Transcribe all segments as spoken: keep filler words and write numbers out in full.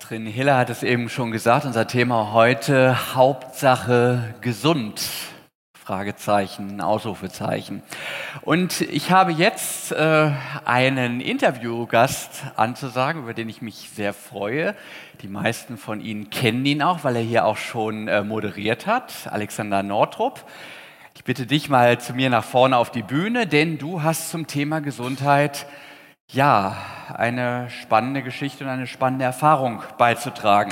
Katrin Hiller hat es eben schon gesagt, unser Thema heute: Hauptsache gesund. Fragezeichen, Ausrufezeichen. Und ich habe jetzt äh, einen Interviewgast anzusagen, über den ich mich sehr freue. Die meisten von Ihnen kennen ihn auch, weil er hier auch schon äh, moderiert hat, Alexander Nortrup. Ich bitte dich mal zu mir nach vorne auf die Bühne, denn du hast zum Thema Gesundheit ja eine spannende Geschichte und eine spannende Erfahrung beizutragen.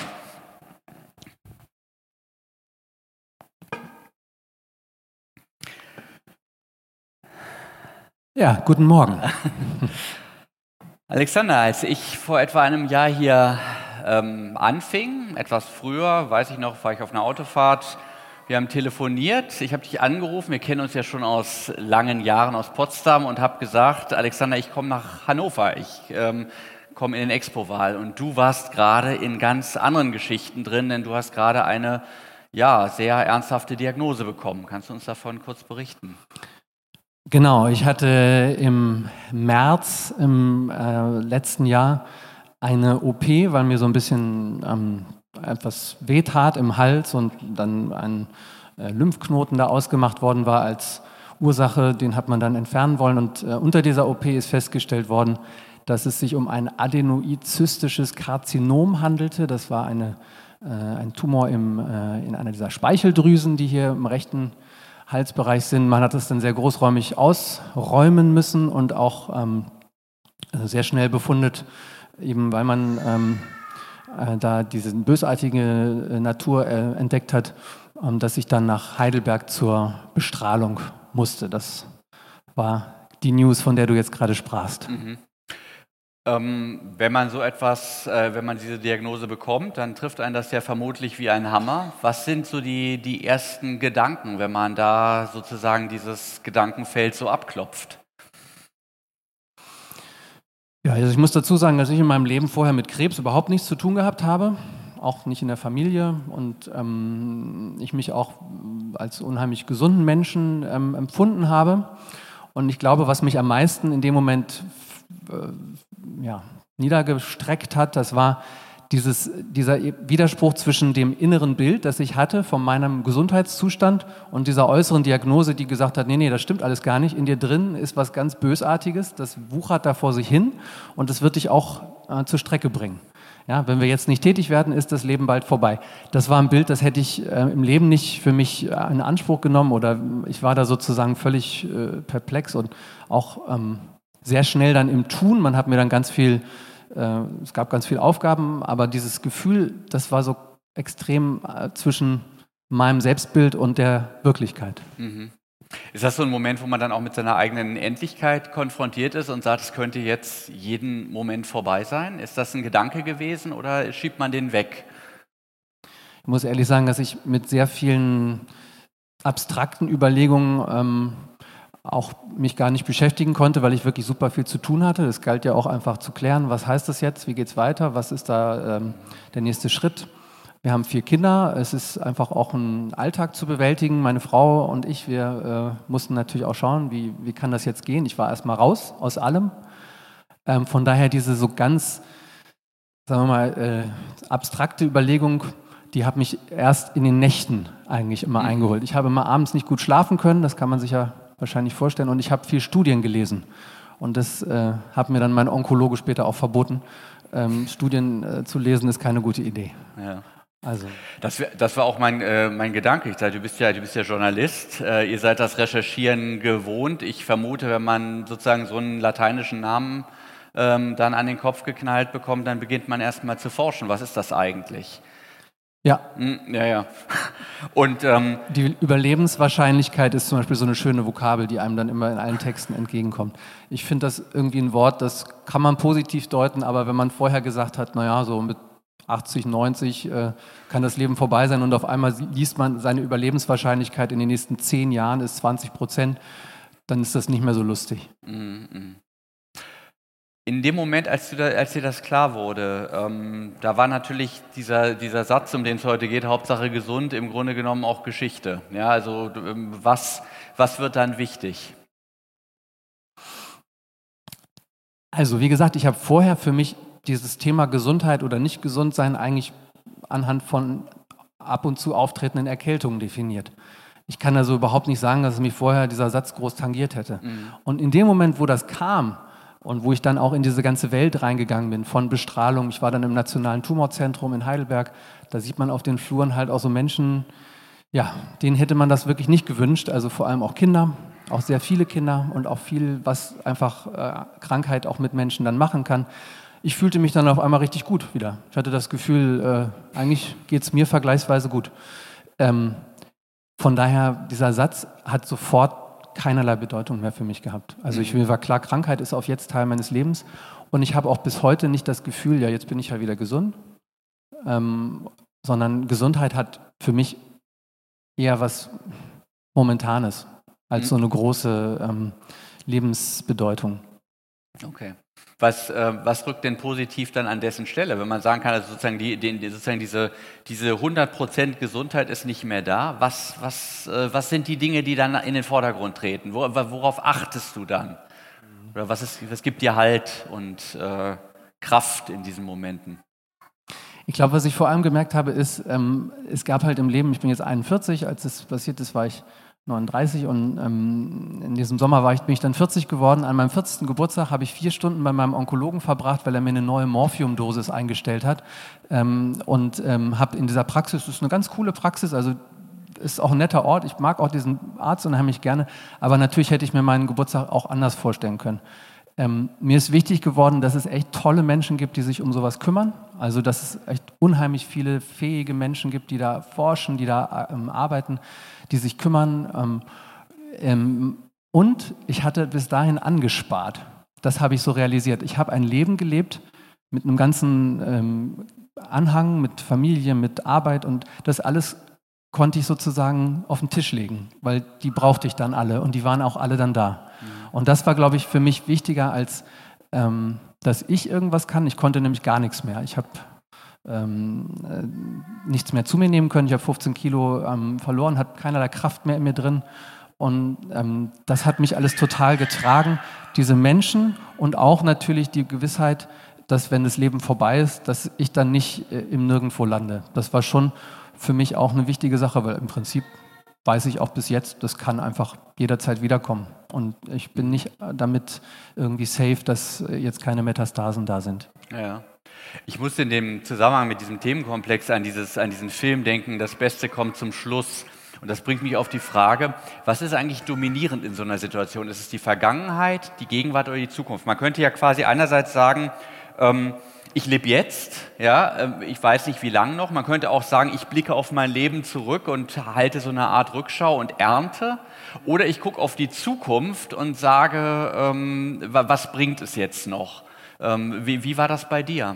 Ja, guten Morgen. Alexander, als ich vor etwa einem Jahr hier ähm, anfing, etwas früher, weiß ich noch, war ich auf einer Autofahrt, wir haben telefoniert, ich habe dich angerufen, wir kennen uns ja schon aus langen Jahren aus Potsdam und habe gesagt, Alexander, ich komme nach Hannover, ich ähm, komme in den Expo-Wahl und du warst gerade in ganz anderen Geschichten drin, denn du hast gerade eine ja, sehr ernsthafte Diagnose bekommen. Kannst du uns davon kurz berichten? Genau, ich hatte im März im äh, letzten Jahr eine O P, weil mir so ein bisschen ähm, etwas wehtat im Hals und dann ein äh, Lymphknoten da ausgemacht worden war als Ursache. Den hat man dann entfernen wollen und äh, unter dieser O P ist festgestellt worden, dass es sich um ein adenoid-zystisches Karzinom handelte. Das war eine, äh, ein Tumor im, äh, in einer dieser Speicheldrüsen, die hier im rechten Halsbereich sind. Man hat es dann sehr großräumig ausräumen müssen und auch ähm, sehr schnell befundet, eben weil man ähm, äh, da diese bösartige äh, Natur äh, entdeckt hat, ähm, dass ich dann nach Heidelberg zur Bestrahlung musste. Das war die News, von der du jetzt gerade sprachst. Mhm. Ähm, wenn man so etwas, äh, wenn man diese Diagnose bekommt, dann trifft einen das ja vermutlich wie ein Hammer. Was sind so die, die ersten Gedanken, wenn man da sozusagen dieses Gedankenfeld so abklopft? Ja, also ich muss dazu sagen, dass ich in meinem Leben vorher mit Krebs überhaupt nichts zu tun gehabt habe, auch nicht in der Familie und ähm, ich mich auch als unheimlich gesunden Menschen ähm, empfunden habe. Und ich glaube, was mich am meisten in dem Moment äh, ja, niedergestreckt hat, das war dieses, dieser Widerspruch zwischen dem inneren Bild, das ich hatte von meinem Gesundheitszustand und dieser äußeren Diagnose, die gesagt hat, nee, nee, das stimmt alles gar nicht. In dir drin ist was ganz Bösartiges, das wuchert da vor sich hin und das wird dich auch äh, zur Strecke bringen. Ja, wenn wir jetzt nicht tätig werden, ist das Leben bald vorbei. Das war ein Bild, das hätte ich äh, im Leben nicht für mich äh, in Anspruch genommen oder ich war da sozusagen völlig äh, perplex und auch ähm, sehr schnell dann im Tun. Man hat mir dann ganz viel, äh, es gab ganz viele Aufgaben, aber dieses Gefühl, das war so extrem äh, zwischen meinem Selbstbild und der Wirklichkeit. Mhm. Ist das so ein Moment, wo man dann auch mit seiner eigenen Endlichkeit konfrontiert ist und sagt, es könnte jetzt jeden Moment vorbei sein? Ist das ein Gedanke gewesen oder schiebt man den weg? Ich muss ehrlich sagen, dass ich mit sehr vielen abstrakten Überlegungen ähm, auch mich gar nicht beschäftigen konnte, weil ich wirklich super viel zu tun hatte. Es galt ja auch einfach zu klären, was heißt das jetzt, wie geht es weiter, was ist da ähm, der nächste Schritt. Wir haben vier Kinder, es ist einfach auch ein Alltag zu bewältigen. Meine Frau und ich, wir äh, mussten natürlich auch schauen, wie, wie kann das jetzt gehen. Ich war erstmal raus aus allem. Ähm, von daher diese so ganz, sagen wir mal, äh, abstrakte Überlegung, die hat mich erst in den Nächten eigentlich immer mhm. eingeholt. Ich habe immer abends nicht gut schlafen können, das kann man sich ja wahrscheinlich vorstellen. Und ich habe viel Studien gelesen. Und das äh, hat mir dann mein Onkologe später auch verboten. Ähm, Studien äh, zu lesen ist keine gute Idee. Ja. Also. Das, wär, das war auch mein, äh, mein Gedanke. Ich sage, du bist ja, du bist ja Journalist. Äh, ihr seid das Recherchieren gewohnt. Ich vermute, wenn man sozusagen so einen lateinischen Namen ähm, dann an den Kopf geknallt bekommt, dann beginnt man erstmal zu forschen. Was ist das eigentlich? Ja. Ja, ja. Und ähm, die Überlebenswahrscheinlichkeit ist zum Beispiel so eine schöne Vokabel, die einem dann immer in allen Texten entgegenkommt. Ich finde das irgendwie ein Wort, das kann man positiv deuten, aber wenn man vorher gesagt hat, naja, so mit achtzig, neunzig äh, kann das Leben vorbei sein und auf einmal liest man, seine Überlebenswahrscheinlichkeit in den nächsten zehn Jahren ist zwanzig Prozent, dann ist das nicht mehr so lustig. Mhm. In dem Moment, als, du da, als dir das klar wurde, ähm, da war natürlich dieser, dieser Satz, um den es heute geht, Hauptsache gesund, im Grunde genommen auch Geschichte. Ja, also was, was wird dann wichtig? Also wie gesagt, ich habe vorher für mich dieses Thema Gesundheit oder nicht gesund sein eigentlich anhand von ab und zu auftretenden Erkältungen definiert. Ich kann also überhaupt nicht sagen, dass es mich vorher dieser Satz groß tangiert hätte. Mhm. Und in dem Moment, wo das kam und wo ich dann auch in diese ganze Welt reingegangen bin, von Bestrahlung, ich war dann im Nationalen Tumorzentrum in Heidelberg, da sieht man auf den Fluren halt auch so Menschen, ja, denen hätte man das wirklich nicht gewünscht, also vor allem auch Kinder, auch sehr viele Kinder und auch viel, was einfach äh, Krankheit auch mit Menschen dann machen kann. Ich fühlte mich dann auf einmal richtig gut wieder. Ich hatte das Gefühl, äh, eigentlich geht es mir vergleichsweise gut. Ähm, von daher, dieser Satz hat sofort keinerlei Bedeutung mehr für mich gehabt. Also ich, mir war klar, Krankheit ist auf jetzt Teil meines Lebens und ich habe auch bis heute nicht das Gefühl, ja, jetzt bin ich ja wieder gesund, ähm, sondern Gesundheit hat für mich eher was Momentanes als so eine große ähm, Lebensbedeutung. Okay. Was, äh, was rückt denn positiv dann an dessen Stelle, wenn man sagen kann, also sozusagen, die, die, sozusagen diese, diese hundert Prozent Gesundheit ist nicht mehr da? Was, was, äh, was sind die Dinge, die dann in den Vordergrund treten? Wor, worauf achtest du dann? Oder was, ist, was gibt dir Halt und äh, Kraft in diesen Momenten? Ich glaube, was ich vor allem gemerkt habe, ist, ähm, es gab halt im Leben, ich bin jetzt einundvierzig, als es passiert ist, war ich neununddreißig und ähm, in diesem Sommer war ich, bin ich dann vierzig geworden. An meinem vierzigsten Geburtstag habe ich vier Stunden bei meinem Onkologen verbracht, weil er mir eine neue Morphiumdosis eingestellt hat ähm, und ähm, habe in dieser Praxis, das ist eine ganz coole Praxis, also ist auch ein netter Ort, ich mag auch diesen Arzt unheimlich gerne, aber natürlich hätte ich mir meinen Geburtstag auch anders vorstellen können. Ähm, mir ist wichtig geworden, dass es echt tolle Menschen gibt, die sich um sowas kümmern, also dass es echt unheimlich viele fähige Menschen gibt, die da forschen, die da ähm, arbeiten, die sich kümmern. Ähm, ähm, und ich hatte bis dahin angespart. Das habe ich so realisiert. Ich habe ein Leben gelebt mit einem ganzen ähm, Anhang, mit Familie, mit Arbeit und das alles konnte ich sozusagen auf den Tisch legen, weil die brauchte ich dann alle und die waren auch alle dann da. Mhm. Und das war, glaube ich, für mich wichtiger, als ähm, dass ich irgendwas kann. Ich konnte nämlich gar nichts mehr. Ich habe ähm, äh, nichts mehr zu mir nehmen können. Ich habe fünfzehn Kilo ähm, verloren, hatte keinerlei Kraft mehr in mir drin. Und ähm, das hat mich alles total getragen. Diese Menschen und auch natürlich die Gewissheit, dass, wenn das Leben vorbei ist, dass ich dann nicht äh, im Nirgendwo lande. Das war schon für mich auch eine wichtige Sache, weil im Prinzip weiß ich auch bis jetzt, das kann einfach jederzeit wiederkommen. Und ich bin nicht damit irgendwie safe, dass jetzt keine Metastasen da sind. Ja. Ich musste in dem Zusammenhang mit diesem Themenkomplex an, dieses, an diesen Film denken, das Beste kommt zum Schluss. Und das bringt mich auf die Frage, was ist eigentlich dominierend in so einer Situation? Ist es die Vergangenheit, die Gegenwart oder die Zukunft? Man könnte ja quasi einerseits sagen, ähm, ich lebe jetzt, ja, ich weiß nicht wie lange noch. Man könnte auch sagen, ich blicke auf mein Leben zurück und halte so eine Art Rückschau und ernte. Oder ich gucke auf die Zukunft und sage, ähm, was bringt es jetzt noch? Ähm, wie, wie war das bei dir?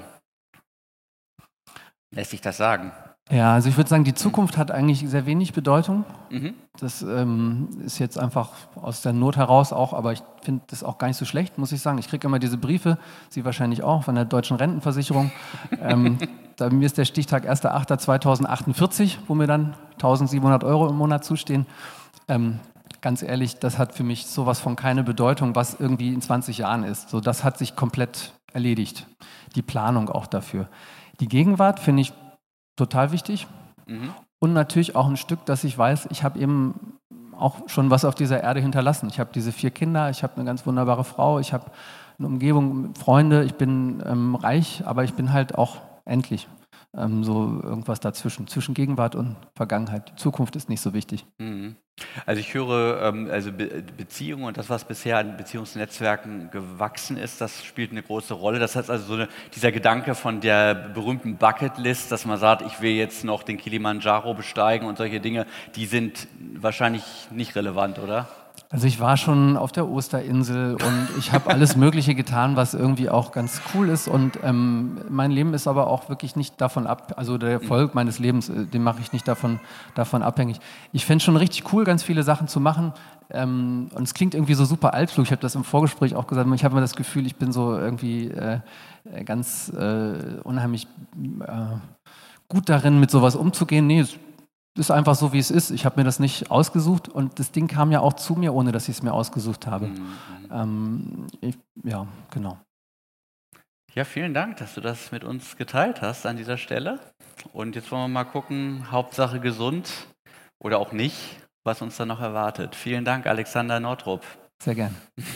Lässt sich das sagen? Ja, also ich würde sagen, die Zukunft hat eigentlich sehr wenig Bedeutung. Mhm. Das ähm, ist jetzt einfach aus der Not heraus auch, aber ich finde das auch gar nicht so schlecht, muss ich sagen. Ich kriege immer diese Briefe, Sie wahrscheinlich auch, von der Deutschen Rentenversicherung. ähm, da, mir ist der Stichtag erster achter zweitausendachtundvierzig, wo mir dann tausendsiebenhundert Euro im Monat zustehen. Ähm, ganz ehrlich, das hat für mich sowas von keine Bedeutung, was irgendwie in zwanzig Jahren ist. So, das hat sich komplett erledigt. Die Planung auch dafür. Die Gegenwart finde ich total wichtig. Mhm. Und natürlich auch ein Stück, dass ich weiß, ich habe eben auch schon was auf dieser Erde hinterlassen. Ich habe diese vier Kinder, ich habe eine ganz wunderbare Frau, ich habe eine Umgebung, Freunde, ich bin ähm, reich, aber ich bin halt auch endlich. Ähm, so irgendwas dazwischen, zwischen Gegenwart und Vergangenheit. Die Zukunft ist nicht so wichtig. Mhm. Also ich höre, ähm, also Be- Beziehungen und das, was bisher an Beziehungsnetzwerken gewachsen ist, das spielt eine große Rolle. Das heißt also so eine, dieser Gedanke von der berühmten Bucketlist, dass man sagt, ich will jetzt noch den Kilimanjaro besteigen und solche Dinge, die sind wahrscheinlich nicht relevant, oder? Also ich war schon auf der Osterinsel und ich habe alles Mögliche getan, was irgendwie auch ganz cool ist und ähm, mein Leben ist aber auch wirklich nicht davon ab, also der Erfolg meines Lebens, äh, den mache ich nicht davon, davon abhängig. Ich fände es schon richtig cool, ganz viele Sachen zu machen ähm, und es klingt irgendwie so super altklug, ich habe das im Vorgespräch auch gesagt, ich habe immer das Gefühl, ich bin so irgendwie äh, ganz äh, unheimlich äh, gut darin, mit sowas umzugehen. Nee, ist einfach so, wie es ist. Ich habe mir das nicht ausgesucht und das Ding kam ja auch zu mir, ohne dass ich es mir ausgesucht habe. Mhm. Ähm, ich, ja, genau. Ja, vielen Dank, dass du das mit uns geteilt hast an dieser Stelle. Und jetzt wollen wir mal gucken, Hauptsache gesund oder auch nicht, was uns da noch erwartet. Vielen Dank, Alexander Nordrup. Sehr gern.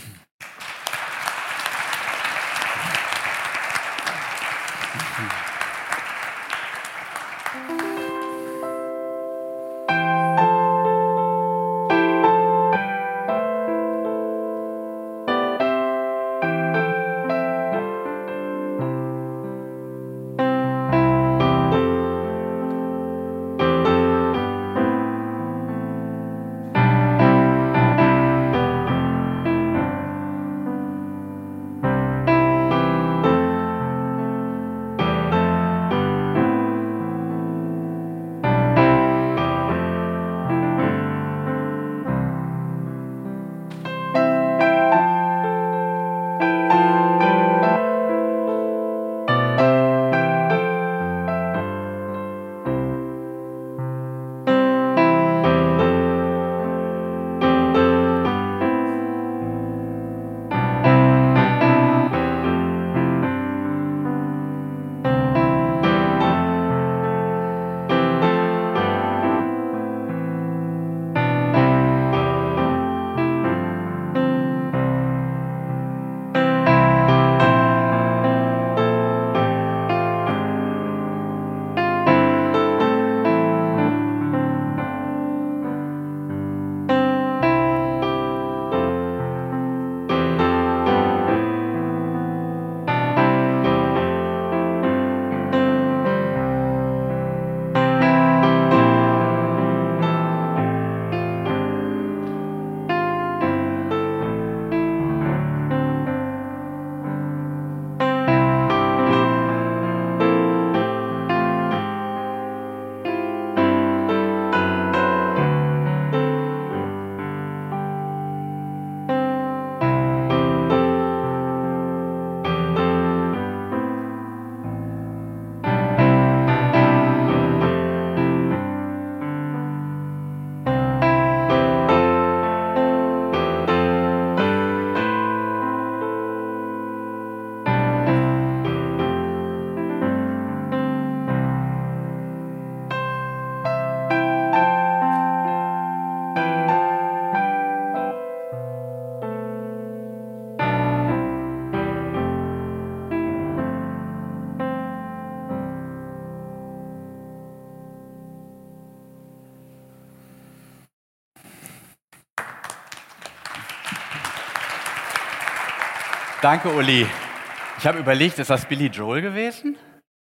Danke, Uli. Ich habe überlegt, ist das Billy Joel gewesen?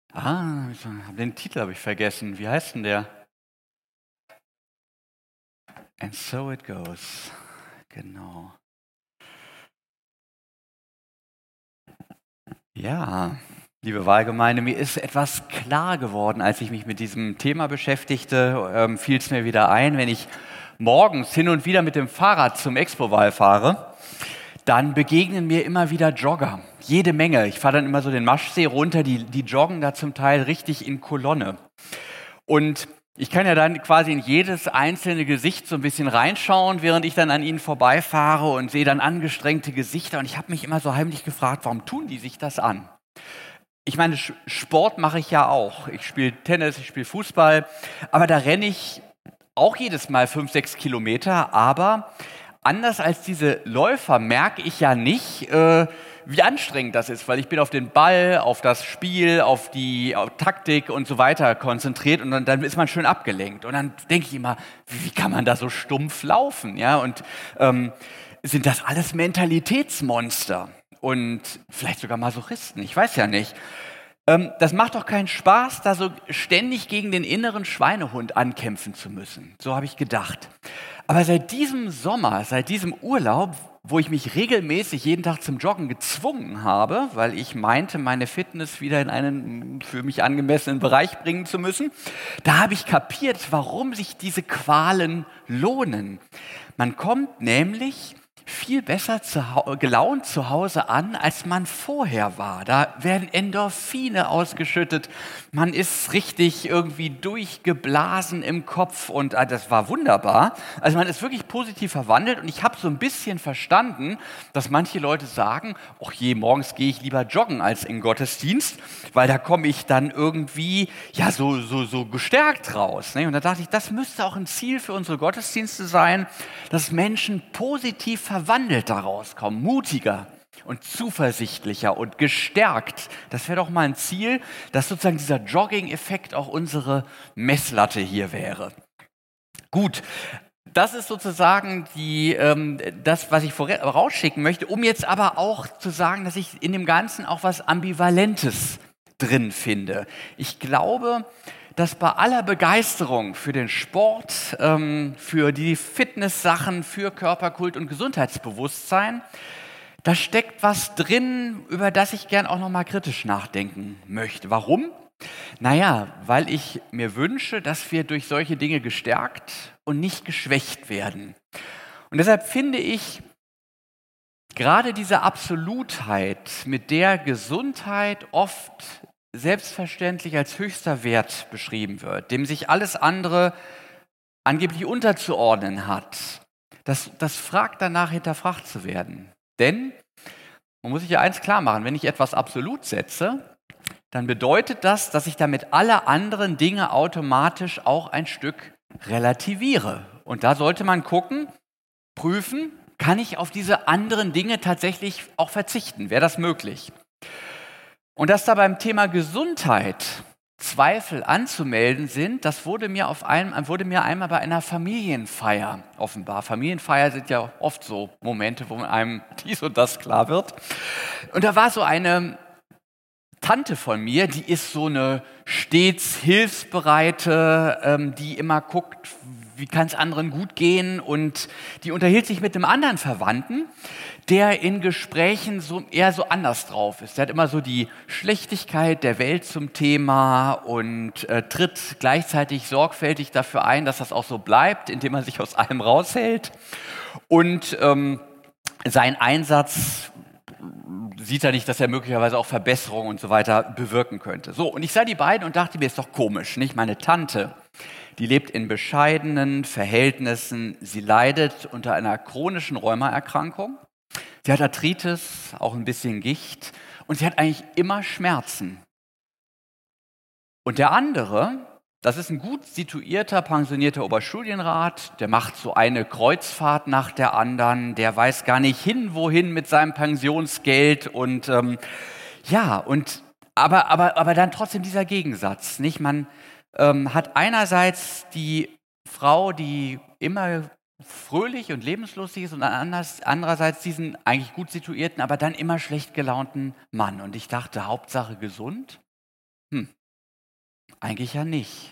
Ah, den Titel habe ich vergessen. Wie heißt denn der? And so it goes. Genau. Ja, liebe Wahlgemeinde, mir ist etwas klar geworden, als ich mich mit diesem Thema beschäftigte, ähm, fiel es mir wieder ein, wenn ich morgens hin und wieder mit dem Fahrrad zum Expo-Wahl fahre, dann begegnen mir immer wieder Jogger, jede Menge. Ich fahre dann immer so den Maschsee runter, die, die joggen da zum Teil richtig in Kolonne. Und ich kann ja dann quasi in jedes einzelne Gesicht so ein bisschen reinschauen, während ich dann an ihnen vorbeifahre und sehe dann angestrengte Gesichter. Und ich habe mich immer so heimlich gefragt, warum tun die sich das an? Ich meine, Sport mache ich ja auch. Ich spiele Tennis, ich spiele Fußball, aber da renne ich auch jedes Mal fünf, sechs Kilometer, aber anders als diese Läufer merke ich ja nicht, äh, wie anstrengend das ist, weil ich bin auf den Ball, auf das Spiel, auf die auf Taktik und so weiter konzentriert und dann, dann ist man schön abgelenkt. Und dann denke ich immer, wie, wie kann man da so stumpf laufen? Ja? Und ähm, sind das alles Mentalitätsmonster und vielleicht sogar Masochisten? Ich weiß ja nicht. Ähm, das macht doch keinen Spaß, da so ständig gegen den inneren Schweinehund ankämpfen zu müssen. So habe ich gedacht. Aber seit diesem Sommer, seit diesem Urlaub, wo ich mich regelmäßig jeden Tag zum Joggen gezwungen habe, weil ich meinte, meine Fitness wieder in einen für mich angemessenen Bereich bringen zu müssen, da habe ich kapiert, warum sich diese Qualen lohnen. Man kommt nämlich viel besser zu hau- gelaunt zu Hause an, als man vorher war. Da werden Endorphine ausgeschüttet, man ist richtig irgendwie durchgeblasen im Kopf und ah, das war wunderbar. Also man ist wirklich positiv verwandelt und ich habe so ein bisschen verstanden, dass manche Leute sagen, ach je, morgens gehe ich lieber joggen als in den Gottesdienst, weil da komme ich dann irgendwie ja so, so, so gestärkt raus. Ne? Und da dachte ich, das müsste auch ein Ziel für unsere Gottesdienste sein, dass Menschen positiv verwandelt daraus kommen, mutiger und zuversichtlicher und gestärkt. Das wäre doch mal ein Ziel, dass sozusagen dieser Jogging-Effekt auch unsere Messlatte hier wäre. Gut, das ist sozusagen die, ähm, das, was ich vorausschicken möchte, um jetzt aber auch zu sagen, dass ich in dem Ganzen auch was Ambivalentes drin finde. Ich glaube, dass bei aller Begeisterung für den Sport, ähm, für die Fitness-Sachen, für Körperkult und Gesundheitsbewusstsein, da steckt was drin, über das ich gern auch nochmal kritisch nachdenken möchte. Warum? Naja, weil ich mir wünsche, dass wir durch solche Dinge gestärkt und nicht geschwächt werden. Und deshalb finde ich, gerade diese Absolutheit, mit der Gesundheit oft selbstverständlich als höchster Wert beschrieben wird, dem sich alles andere angeblich unterzuordnen hat, das, das fragt danach, hinterfragt zu werden. Denn, man muss sich ja eins klar machen, wenn ich etwas absolut setze, dann bedeutet das, dass ich damit alle anderen Dinge automatisch auch ein Stück relativiere. Und da sollte man gucken, prüfen, kann ich auf diese anderen Dinge tatsächlich auch verzichten? Wäre das möglich? Und dass da beim Thema Gesundheit Zweifel anzumelden sind, das wurde mir, auf einem, wurde mir einmal bei einer Familienfeier offenbar. Familienfeier sind ja oft so Momente, wo einem dies und das klar wird. Und da war so eine Tante von mir, die ist so eine stets hilfsbereite, ähm, die immer guckt, wie kann es anderen gut gehen, und die unterhielt sich mit einem anderen Verwandten, der in Gesprächen so eher so anders drauf ist. Der hat immer so die Schlechtigkeit der Welt zum Thema und äh, tritt gleichzeitig sorgfältig dafür ein, dass das auch so bleibt, indem er sich aus allem raushält. Und ähm, sein Einsatz sieht er nicht, dass er möglicherweise auch Verbesserungen und so weiter bewirken könnte. So, und ich sah die beiden und dachte mir, ist doch komisch, nicht? Meine Tante, die lebt in bescheidenen Verhältnissen, sie leidet unter einer chronischen Rheumaerkrankung, sie hat Arthritis, auch ein bisschen Gicht, und sie hat eigentlich immer Schmerzen. Und der andere, das ist ein gut situierter, pensionierter Oberstudienrat, der macht so eine Kreuzfahrt nach der anderen, der weiß gar nicht hin, wohin mit seinem Pensionsgeld und ähm, ja, und aber, aber, aber dann trotzdem dieser Gegensatz, nicht? Man ähm, hat einerseits die Frau, die immer fröhlich und lebenslustig ist, und anders, andererseits diesen eigentlich gut situierten, aber dann immer schlecht gelaunten Mann. Und ich dachte, Hauptsache gesund? Hm. Eigentlich ja nicht.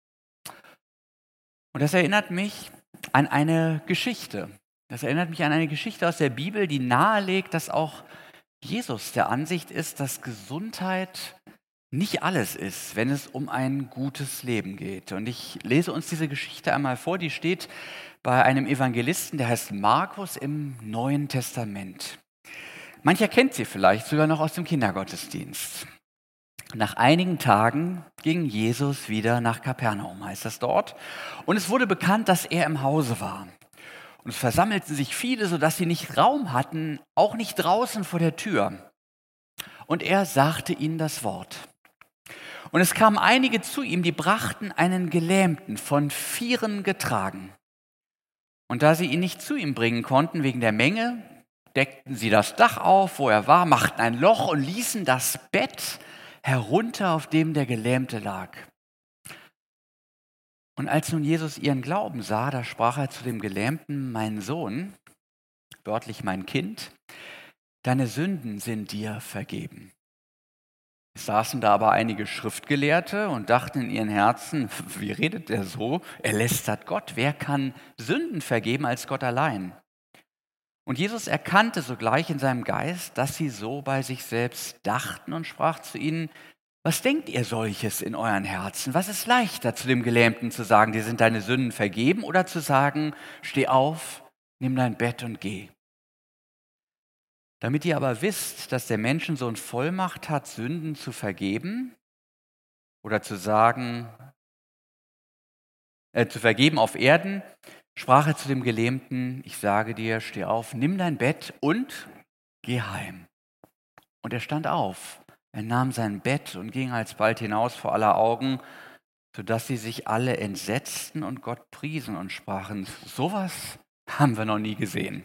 Und das erinnert mich an eine Geschichte. Das erinnert mich an eine Geschichte aus der Bibel, die nahelegt, dass auch Jesus der Ansicht ist, dass Gesundheit nicht alles ist, wenn es um ein gutes Leben geht. Und ich lese uns diese Geschichte einmal vor, die steht bei einem Evangelisten, der heißt Markus im Neuen Testament. Mancher kennt sie vielleicht sogar noch aus dem Kindergottesdienst. Nach einigen Tagen ging Jesus wieder nach Kapernaum, heißt das dort. Und es wurde bekannt, dass er im Hause war. Und es versammelten sich viele, sodass sie nicht Raum hatten, auch nicht draußen vor der Tür. Und er sagte ihnen das Wort. Und es kamen einige zu ihm, die brachten einen Gelähmten von Vieren getragen. Und da sie ihn nicht zu ihm bringen konnten wegen der Menge, deckten sie das Dach auf, wo er war, machten ein Loch und ließen das Bett herunter, auf dem der Gelähmte lag. Und als nun Jesus ihren Glauben sah, da sprach er zu dem Gelähmten: Mein Sohn, wörtlich mein Kind, deine Sünden sind dir vergeben. Es saßen da aber einige Schriftgelehrte und dachten in ihren Herzen: Wie redet der so? Er lästert Gott. Wer kann Sünden vergeben als Gott allein? Und Jesus erkannte sogleich in seinem Geist, dass sie so bei sich selbst dachten, und sprach zu ihnen: Was denkt ihr solches in euren Herzen? Was ist leichter, zu dem Gelähmten zu sagen, dir sind deine Sünden vergeben, oder zu sagen, steh auf, nimm dein Bett und geh? Damit ihr aber wisst, dass der Menschensohn Vollmacht hat, Sünden zu vergeben oder zu sagen, äh, zu vergeben auf Erden, sprach er zu dem Gelähmten: Ich sage dir, steh auf, nimm dein Bett und geh heim. Und er stand auf. Er nahm sein Bett und ging alsbald hinaus vor aller Augen, sodass sie sich alle entsetzten und Gott priesen und sprachen: Sowas haben wir noch nie gesehen.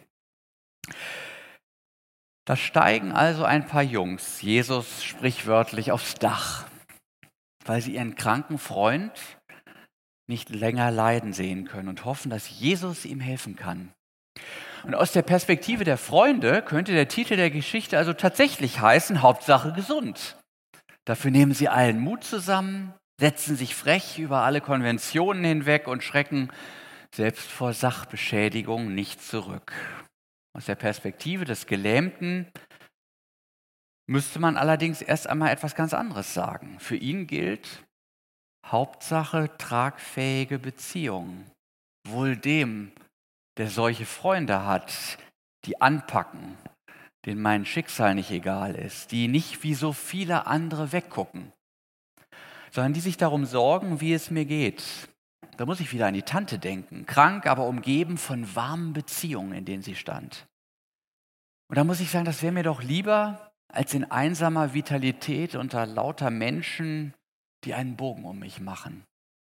Da steigen also ein paar Jungs Jesus sprichwörtlich aufs Dach, weil sie ihren kranken Freund nicht länger leiden sehen können und hoffen, dass Jesus ihm helfen kann. Und aus der Perspektive der Freunde könnte der Titel der Geschichte also tatsächlich heißen: Hauptsache gesund. Dafür nehmen sie allen Mut zusammen, setzen sich frech über alle Konventionen hinweg und schrecken selbst vor Sachbeschädigung nicht zurück. Aus der Perspektive des Gelähmten müsste man allerdings erst einmal etwas ganz anderes sagen. Für ihn gilt: Hauptsache tragfähige Beziehungen. Wohl dem, der solche Freunde hat, die anpacken, denen mein Schicksal nicht egal ist, die nicht wie so viele andere weggucken, sondern die sich darum sorgen, wie es mir geht. Da muss ich wieder an die Tante denken, krank, aber umgeben von warmen Beziehungen, in denen sie stand. Und da muss ich sagen, das wäre mir doch lieber als in einsamer Vitalität unter lauter Menschen, die einen Bogen um mich machen.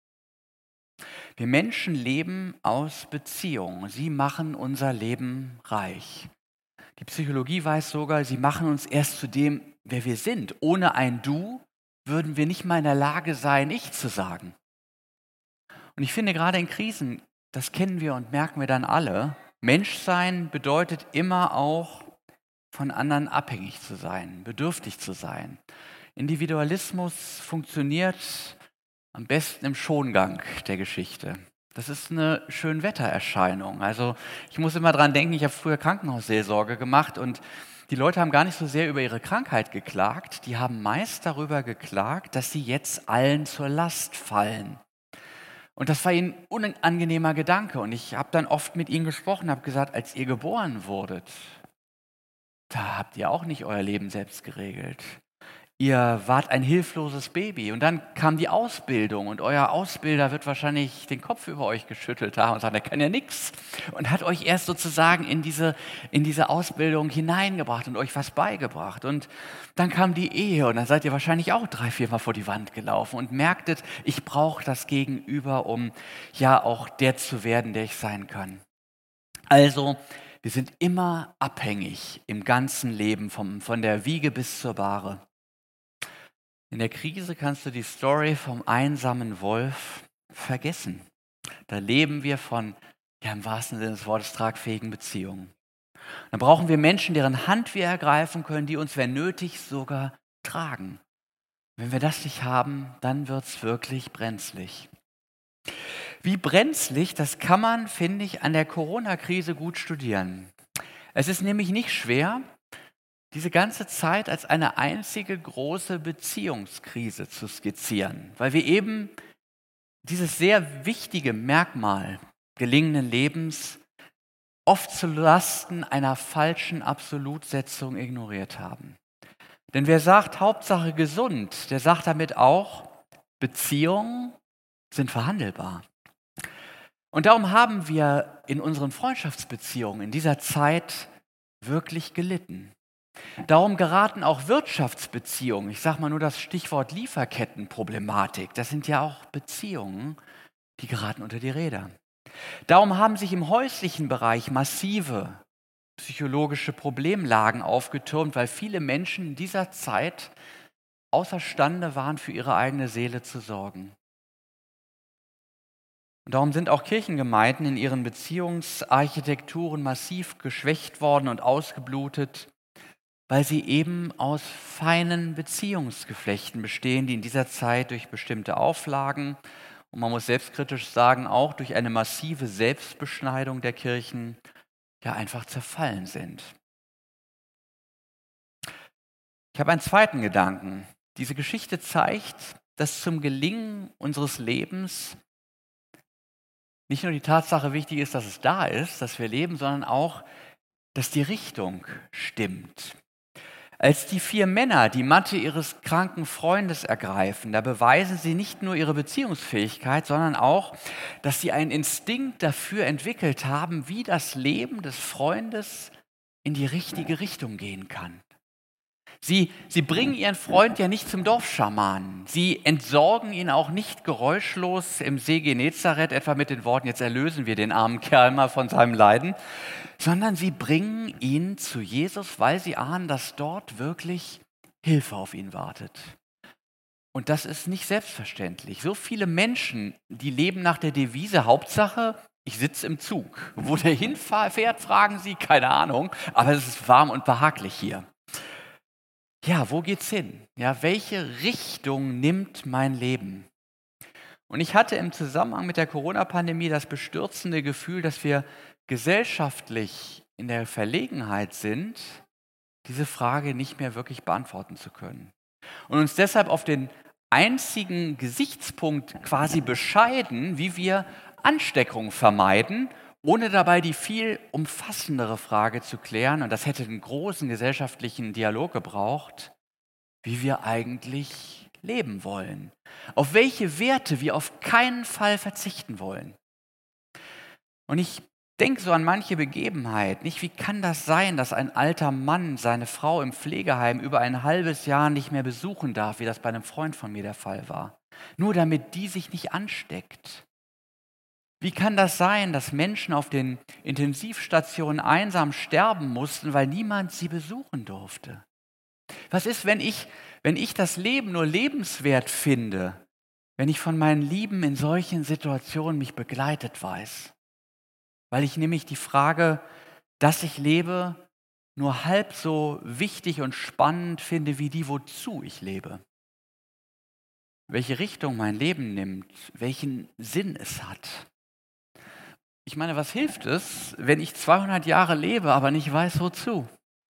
Wir Menschen leben aus Beziehungen. Sie machen unser Leben reich. Die Psychologie weiß sogar, sie machen uns erst zu dem, wer wir sind. Ohne ein Du würden wir nicht mal in der Lage sein, Ich zu sagen. Und ich finde, gerade in Krisen, das kennen wir und merken wir dann alle, Menschsein bedeutet immer auch, von anderen abhängig zu sein, bedürftig zu sein. Individualismus funktioniert am besten im Schongang der Geschichte. Das ist eine Schönwettererscheinung. Also ich muss immer dran denken, ich habe früher Krankenhausseelsorge gemacht und die Leute haben gar nicht so sehr über ihre Krankheit geklagt, die haben meist darüber geklagt, dass sie jetzt allen zur Last fallen. Und das war ihnen ein unangenehmer Gedanke. Und ich habe dann oft mit ihnen gesprochen, habe gesagt: Als ihr geboren wurdet, da habt ihr auch nicht euer Leben selbst geregelt. Ihr wart ein hilfloses Baby und dann kam die Ausbildung und euer Ausbilder wird wahrscheinlich den Kopf über euch geschüttelt haben und sagen, der kann ja nichts, und hat euch erst sozusagen in diese, in diese Ausbildung hineingebracht und euch was beigebracht. Und dann kam die Ehe und dann seid ihr wahrscheinlich auch drei, viermal vor die Wand gelaufen und merktet, ich brauche das Gegenüber, um ja auch der zu werden, der ich sein kann. Also, wir sind immer abhängig im ganzen Leben, vom, von der Wiege bis zur Bahre. In der Krise kannst du die Story vom einsamen Wolf vergessen. Da leben wir von, ja im wahrsten Sinne des Wortes, tragfähigen Beziehungen. Dann brauchen wir Menschen, deren Hand wir ergreifen können, die uns, wenn nötig, sogar tragen. Wenn wir das nicht haben, dann wird es wirklich brenzlig. Wie brenzlig, das kann man, finde ich, an der Corona-Krise gut studieren. Es ist nämlich nicht schwer, diese ganze Zeit als eine einzige große Beziehungskrise zu skizzieren, weil wir eben dieses sehr wichtige Merkmal gelingenden Lebens oft zulasten einer falschen Absolutsetzung ignoriert haben. Denn wer sagt, Hauptsache gesund, der sagt damit auch, Beziehungen sind verhandelbar. Und darum haben wir in unseren Freundschaftsbeziehungen in dieser Zeit wirklich gelitten. Darum geraten auch Wirtschaftsbeziehungen, ich sage mal nur das Stichwort Lieferkettenproblematik, das sind ja auch Beziehungen, die geraten unter die Räder. Darum haben sich im häuslichen Bereich massive psychologische Problemlagen aufgetürmt, weil viele Menschen in dieser Zeit außerstande waren, für ihre eigene Seele zu sorgen. Und darum sind auch Kirchengemeinden in ihren Beziehungsarchitekturen massiv geschwächt worden und ausgeblutet, weil sie eben aus feinen Beziehungsgeflechten bestehen, die in dieser Zeit durch bestimmte Auflagen und man muss selbstkritisch sagen, auch durch eine massive Selbstbeschneidung der Kirchen ja einfach zerfallen sind. Ich habe einen zweiten Gedanken. Diese Geschichte zeigt, dass zum Gelingen unseres Lebens nicht nur die Tatsache wichtig ist, dass es da ist, dass wir leben, sondern auch, dass die Richtung stimmt. Als die vier Männer die Matte ihres kranken Freundes ergreifen, da beweisen sie nicht nur ihre Beziehungsfähigkeit, sondern auch, dass sie einen Instinkt dafür entwickelt haben, wie das Leben des Freundes in die richtige Richtung gehen kann. Sie, sie bringen ihren Freund ja nicht zum Dorfschamanen. Sie entsorgen ihn auch nicht geräuschlos im See Genezareth, etwa mit den Worten, jetzt erlösen wir den armen Kerl mal von seinem Leiden, sondern sie bringen ihn zu Jesus, weil sie ahnen, dass dort wirklich Hilfe auf ihn wartet. Und das ist nicht selbstverständlich. So viele Menschen, die leben nach der Devise, Hauptsache, ich sitze im Zug. Wo der hinfährt, fragen sie, keine Ahnung, aber es ist warm und behaglich hier. Ja, wo geht's hin? Ja, welche Richtung nimmt mein Leben? Und ich hatte im Zusammenhang mit der Corona-Pandemie das bestürzende Gefühl, dass wir gesellschaftlich in der Verlegenheit sind, diese Frage nicht mehr wirklich beantworten zu können. Und uns deshalb auf den einzigen Gesichtspunkt quasi bescheiden, wie wir Ansteckung vermeiden, ohne dabei die viel umfassendere Frage zu klären, und das hätte einen großen gesellschaftlichen Dialog gebraucht, wie wir eigentlich leben wollen, auf welche Werte wir auf keinen Fall verzichten wollen. Und ich denke so an manche Begebenheit, nicht, wie kann das sein, dass ein alter Mann seine Frau im Pflegeheim über ein halbes Jahr nicht mehr besuchen darf, wie das bei einem Freund von mir der Fall war, nur damit die sich nicht ansteckt. Wie kann das sein, dass Menschen auf den Intensivstationen einsam sterben mussten, weil niemand sie besuchen durfte? Was ist, wenn ich, wenn ich das Leben nur lebenswert finde, wenn ich von meinen Lieben in solchen Situationen mich begleitet weiß? Weil ich nämlich die Frage, dass ich lebe, nur halb so wichtig und spannend finde wie die, wozu ich lebe. Welche Richtung mein Leben nimmt, welchen Sinn es hat. Ich meine, was hilft es, wenn ich zweihundert Jahre lebe, aber nicht weiß, wozu?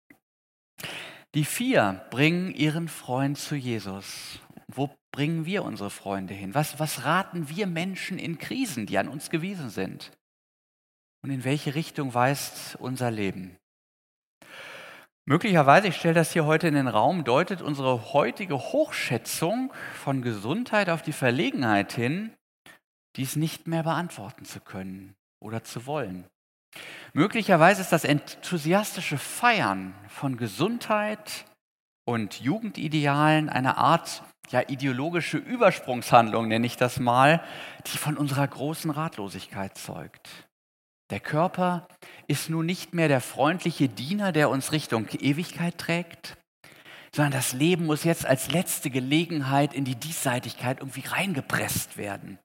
Die vier bringen ihren Freund zu Jesus. Wo bringen wir unsere Freunde hin? Was, was raten wir Menschen in Krisen, die an uns gewiesen sind? Und in welche Richtung weist unser Leben? Möglicherweise, ich stelle das hier heute in den Raum, deutet unsere heutige Hochschätzung von Gesundheit auf die Verlegenheit hin, dies nicht mehr beantworten zu können oder zu wollen. Möglicherweise ist das enthusiastische Feiern von Gesundheit und Jugendidealen eine Art ja, ideologische Übersprungshandlung, nenne ich das mal, die von unserer großen Ratlosigkeit zeugt. Der Körper ist nun nicht mehr der freundliche Diener, der uns Richtung Ewigkeit trägt, sondern das Leben muss jetzt als letzte Gelegenheit in die Diesseitigkeit irgendwie reingepresst werden.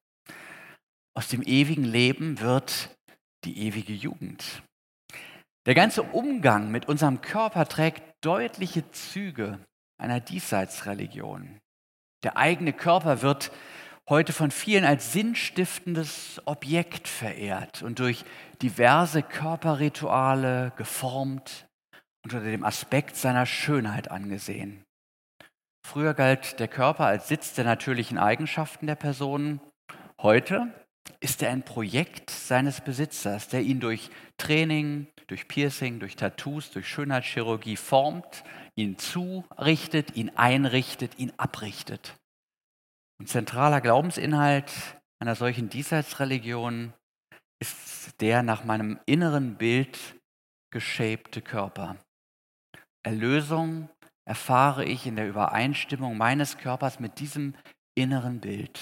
Aus dem ewigen Leben wird die ewige Jugend. Der ganze Umgang mit unserem Körper trägt deutliche Züge einer Diesseitsreligion. Der eigene Körper wird heute von vielen als sinnstiftendes Objekt verehrt und durch diverse Körperrituale geformt und unter dem Aspekt seiner Schönheit angesehen. Früher galt der Körper als Sitz der natürlichen Eigenschaften der Personen. Heute ist er ein Projekt seines Besitzers, der ihn durch Training, durch Piercing, durch Tattoos, durch Schönheitschirurgie formt, ihn zurichtet, ihn einrichtet, ihn abrichtet. Ein zentraler Glaubensinhalt einer solchen Diesseitsreligion ist der nach meinem inneren Bild geshapte Körper. Erlösung erfahre ich in der Übereinstimmung meines Körpers mit diesem inneren Bild.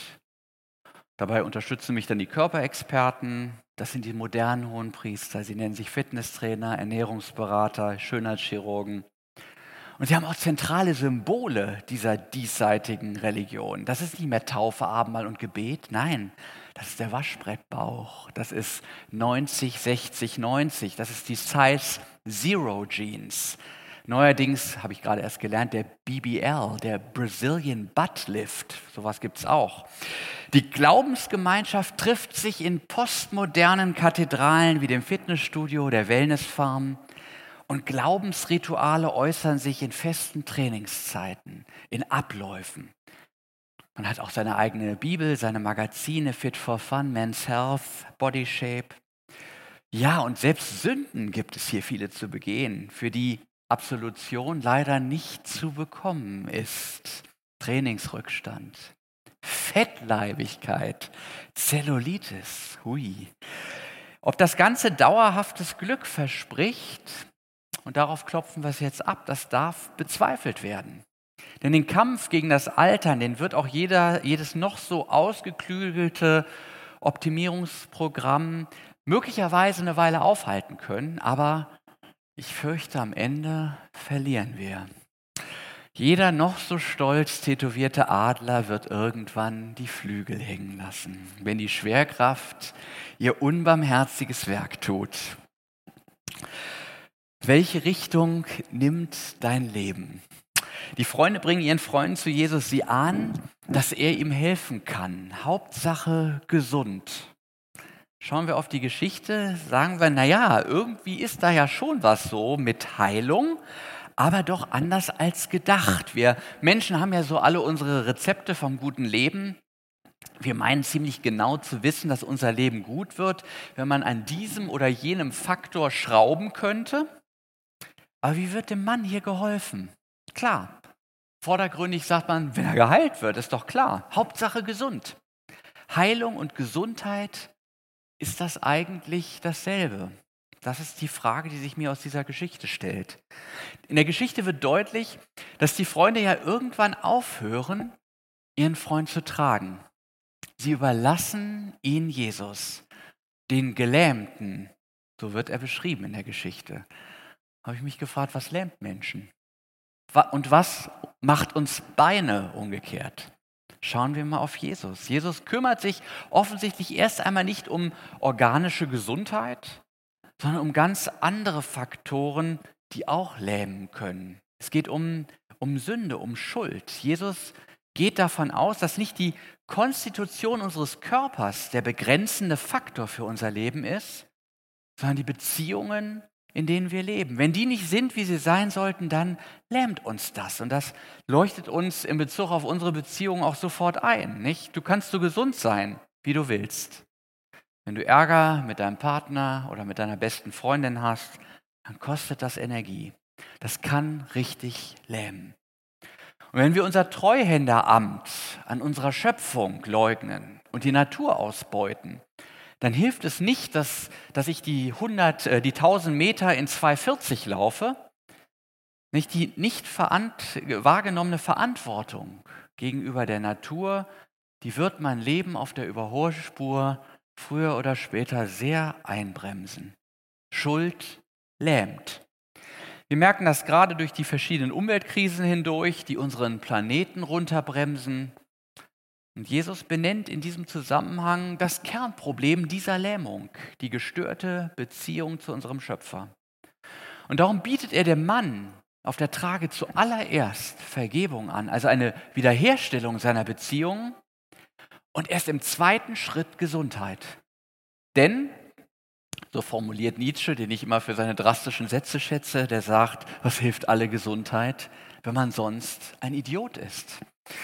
Dabei unterstützen mich dann die Körperexperten, das sind die modernen Hohenpriester, sie nennen sich Fitnesstrainer, Ernährungsberater, Schönheitschirurgen. Und sie haben auch zentrale Symbole dieser diesseitigen Religion. Das ist nicht mehr Taufe, Abendmahl und Gebet, nein, das ist der Waschbrettbauch, das ist neunzig, sechzig, neunzig, das ist die Size Zero Jeans. Neuerdings, habe ich gerade erst gelernt, der B B L, der Brazilian Butt Lift, sowas gibt es auch. Die Glaubensgemeinschaft trifft sich in postmodernen Kathedralen wie dem Fitnessstudio, der Wellnessfarm. Und Glaubensrituale äußern sich in festen Trainingszeiten, in Abläufen. Man hat auch seine eigene Bibel, seine Magazine, Fit for Fun, Men's Health, Body Shape. Ja, und selbst Sünden gibt es hier viele zu begehen, für die Absolution leider nicht zu bekommen ist. Trainingsrückstand, Fettleibigkeit, Zellulitis, hui. Ob das Ganze dauerhaftes Glück verspricht, und darauf klopfen wir es jetzt ab, das darf bezweifelt werden. Denn den Kampf gegen das Altern, den wird auch jeder, jedes noch so ausgeklügelte Optimierungsprogramm möglicherweise eine Weile aufhalten können, aber ich fürchte, am Ende verlieren wir. Jeder noch so stolz tätowierte Adler wird irgendwann die Flügel hängen lassen, wenn die Schwerkraft ihr unbarmherziges Werk tut. Welche Richtung nimmt dein Leben? Die Freunde bringen ihren Freunden zu Jesus. Sie ahnen, dass er ihm helfen kann. Hauptsache gesund. Schauen wir auf die Geschichte, sagen wir, naja, irgendwie ist da ja schon was so mit Heilung, aber doch anders als gedacht. Wir Menschen haben ja so alle unsere Rezepte vom guten Leben. Wir meinen ziemlich genau zu wissen, dass unser Leben gut wird, wenn man an diesem oder jenem Faktor schrauben könnte. Aber wie wird dem Mann hier geholfen? Klar, vordergründig sagt man, wenn er geheilt wird, ist doch klar. Hauptsache gesund. Heilung und Gesundheit, ist das eigentlich dasselbe? Das ist die Frage, die sich mir aus dieser Geschichte stellt. In der Geschichte wird deutlich, dass die Freunde ja irgendwann aufhören, ihren Freund zu tragen. Sie überlassen ihn Jesus, den Gelähmten. So wird er beschrieben in der Geschichte. Habe ich mich gefragt, was lähmt Menschen? Und was macht uns Beine umgekehrt? Schauen wir mal auf Jesus. Jesus kümmert sich offensichtlich erst einmal nicht um organische Gesundheit, sondern um ganz andere Faktoren, die auch lähmen können. Es geht um, um Sünde, um Schuld. Jesus geht davon aus, dass nicht die Konstitution unseres Körpers der begrenzende Faktor für unser Leben ist, sondern die Beziehungen, in denen wir leben. Wenn die nicht sind, wie sie sein sollten, dann lähmt uns das. Und das leuchtet uns in Bezug auf unsere Beziehungen auch sofort ein. Nicht? Du kannst so gesund sein, wie du willst. Wenn du Ärger mit deinem Partner oder mit deiner besten Freundin hast, dann kostet das Energie. Das kann richtig lähmen. Und wenn wir unser Treuhänderamt an unserer Schöpfung leugnen und die Natur ausbeuten, dann hilft es nicht, dass, dass ich die hundert, äh, die tausend Meter in zwei vierzig laufe. Nicht die nicht verant- wahrgenommene Verantwortung gegenüber der Natur, die wird mein Leben auf der Überholspur früher oder später sehr einbremsen. Schuld lähmt. Wir merken das gerade durch die verschiedenen Umweltkrisen hindurch, die unseren Planeten runterbremsen. Und Jesus benennt in diesem Zusammenhang das Kernproblem dieser Lähmung, die gestörte Beziehung zu unserem Schöpfer. Und darum bietet er dem Mann auf der Trage zuallererst Vergebung an, also eine Wiederherstellung seiner Beziehung und erst im zweiten Schritt Gesundheit. Denn, so formuliert Nietzsche, den ich immer für seine drastischen Sätze schätze, der sagt, was hilft alle Gesundheit, wenn man sonst ein Idiot ist.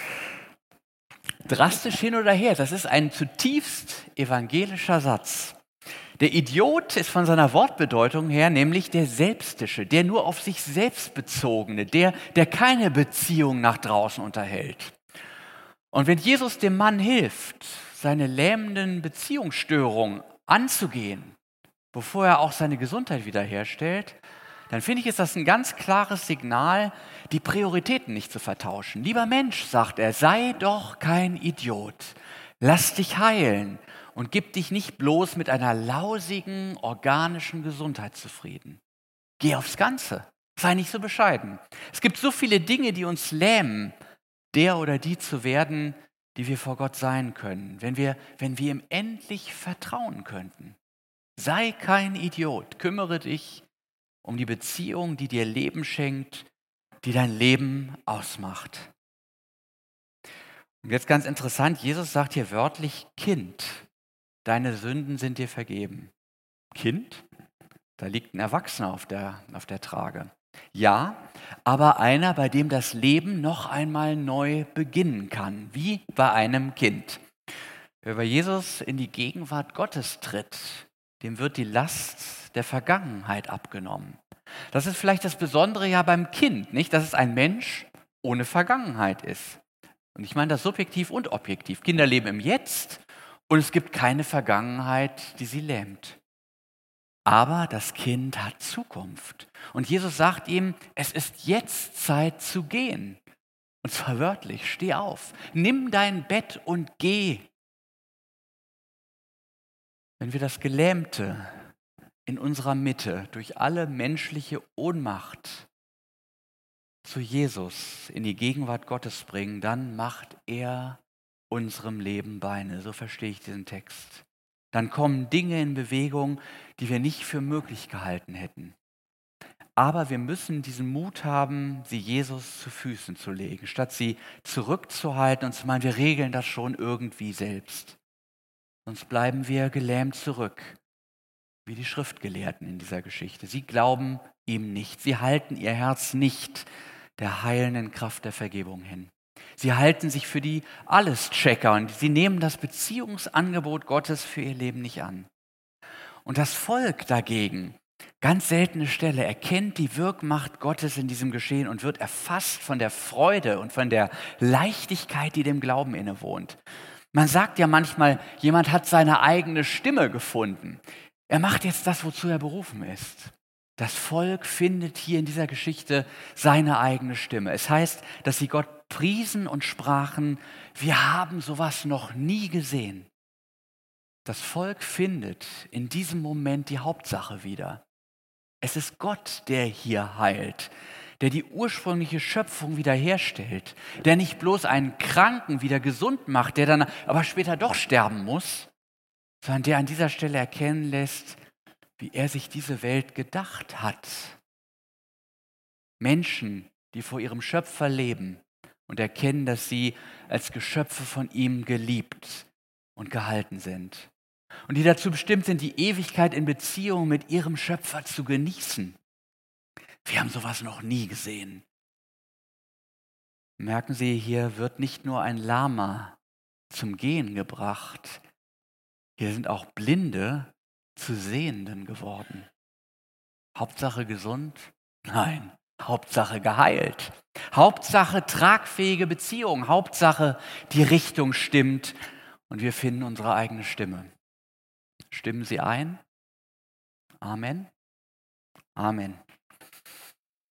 Drastisch hin oder her, das ist ein zutiefst evangelischer Satz. Der Idiot ist von seiner Wortbedeutung her nämlich der Selbstische, der nur auf sich selbst bezogene, der, der keine Beziehung nach draußen unterhält. Und wenn Jesus dem Mann hilft, seine lähmenden Beziehungsstörungen anzugehen, bevor er auch seine Gesundheit wiederherstellt, dann finde ich, ist das ein ganz klares Signal, die Prioritäten nicht zu vertauschen. Lieber Mensch, sagt er, sei doch kein Idiot. Lass dich heilen und gib dich nicht bloß mit einer lausigen, organischen Gesundheit zufrieden. Geh aufs Ganze, sei nicht so bescheiden. Es gibt so viele Dinge, die uns lähmen, der oder die zu werden, die wir vor Gott sein können, wenn wir, wenn wir ihm endlich vertrauen könnten. Sei kein Idiot, kümmere dich um die Beziehung, die dir Leben schenkt, die dein Leben ausmacht. Und jetzt ganz interessant, Jesus sagt hier wörtlich, Kind, deine Sünden sind dir vergeben. Kind? Da liegt ein Erwachsener auf der, auf der Trage. Ja, aber einer, bei dem das Leben noch einmal neu beginnen kann, wie bei einem Kind. Wer bei Jesus in die Gegenwart Gottes tritt, dem wird die Last der Vergangenheit abgenommen. Das ist vielleicht das Besondere ja beim Kind, nicht? Dass es ein Mensch ohne Vergangenheit ist. Und ich meine das subjektiv und objektiv. Kinder leben im Jetzt und es gibt keine Vergangenheit, die sie lähmt. Aber das Kind hat Zukunft. Und Jesus sagt ihm, es ist jetzt Zeit zu gehen. Und zwar wörtlich, steh auf, nimm dein Bett und geh. Wenn wir das Gelähmte in unserer Mitte durch alle menschliche Ohnmacht zu Jesus in die Gegenwart Gottes bringen, dann macht er unserem Leben Beine. So verstehe ich diesen Text. Dann kommen Dinge in Bewegung, die wir nicht für möglich gehalten hätten. Aber wir müssen diesen Mut haben, sie Jesus zu Füßen zu legen, statt sie zurückzuhalten und zu meinen, wir regeln das schon irgendwie selbst. Sonst bleiben wir gelähmt zurück, wie die Schriftgelehrten in dieser Geschichte. Sie glauben ihm nicht, sie halten ihr Herz nicht der heilenden Kraft der Vergebung hin. Sie halten sich für die Alles-Checker und sie nehmen das Beziehungsangebot Gottes für ihr Leben nicht an. Und das Volk dagegen, ganz seltene Stelle, erkennt die Wirkmacht Gottes in diesem Geschehen und wird erfasst von der Freude und von der Leichtigkeit, die dem Glauben innewohnt. Man sagt ja manchmal, jemand hat seine eigene Stimme gefunden. Er macht jetzt das, wozu er berufen ist. Das Volk findet hier in dieser Geschichte seine eigene Stimme. Es heißt, dass sie Gott priesen und sprachen, wir haben sowas noch nie gesehen. Das Volk findet in diesem Moment die Hauptsache wieder. Es ist Gott, der hier heilt, der die ursprüngliche Schöpfung wiederherstellt, der nicht bloß einen Kranken wieder gesund macht, der dann aber später doch sterben muss, sondern der an dieser Stelle erkennen lässt, wie er sich diese Welt gedacht hat. Menschen, die vor ihrem Schöpfer leben und erkennen, dass sie als Geschöpfe von ihm geliebt und gehalten sind. Und die dazu bestimmt sind, die Ewigkeit in Beziehung mit ihrem Schöpfer zu genießen. Wir haben sowas noch nie gesehen. Merken Sie, hier wird nicht nur ein Lama zum Gehen gebracht, hier sind auch Blinde zu Sehenden geworden. Hauptsache gesund? Nein, Hauptsache geheilt. Hauptsache tragfähige Beziehung. Hauptsache die Richtung stimmt und wir finden unsere eigene Stimme. Stimmen Sie ein? Amen. Amen.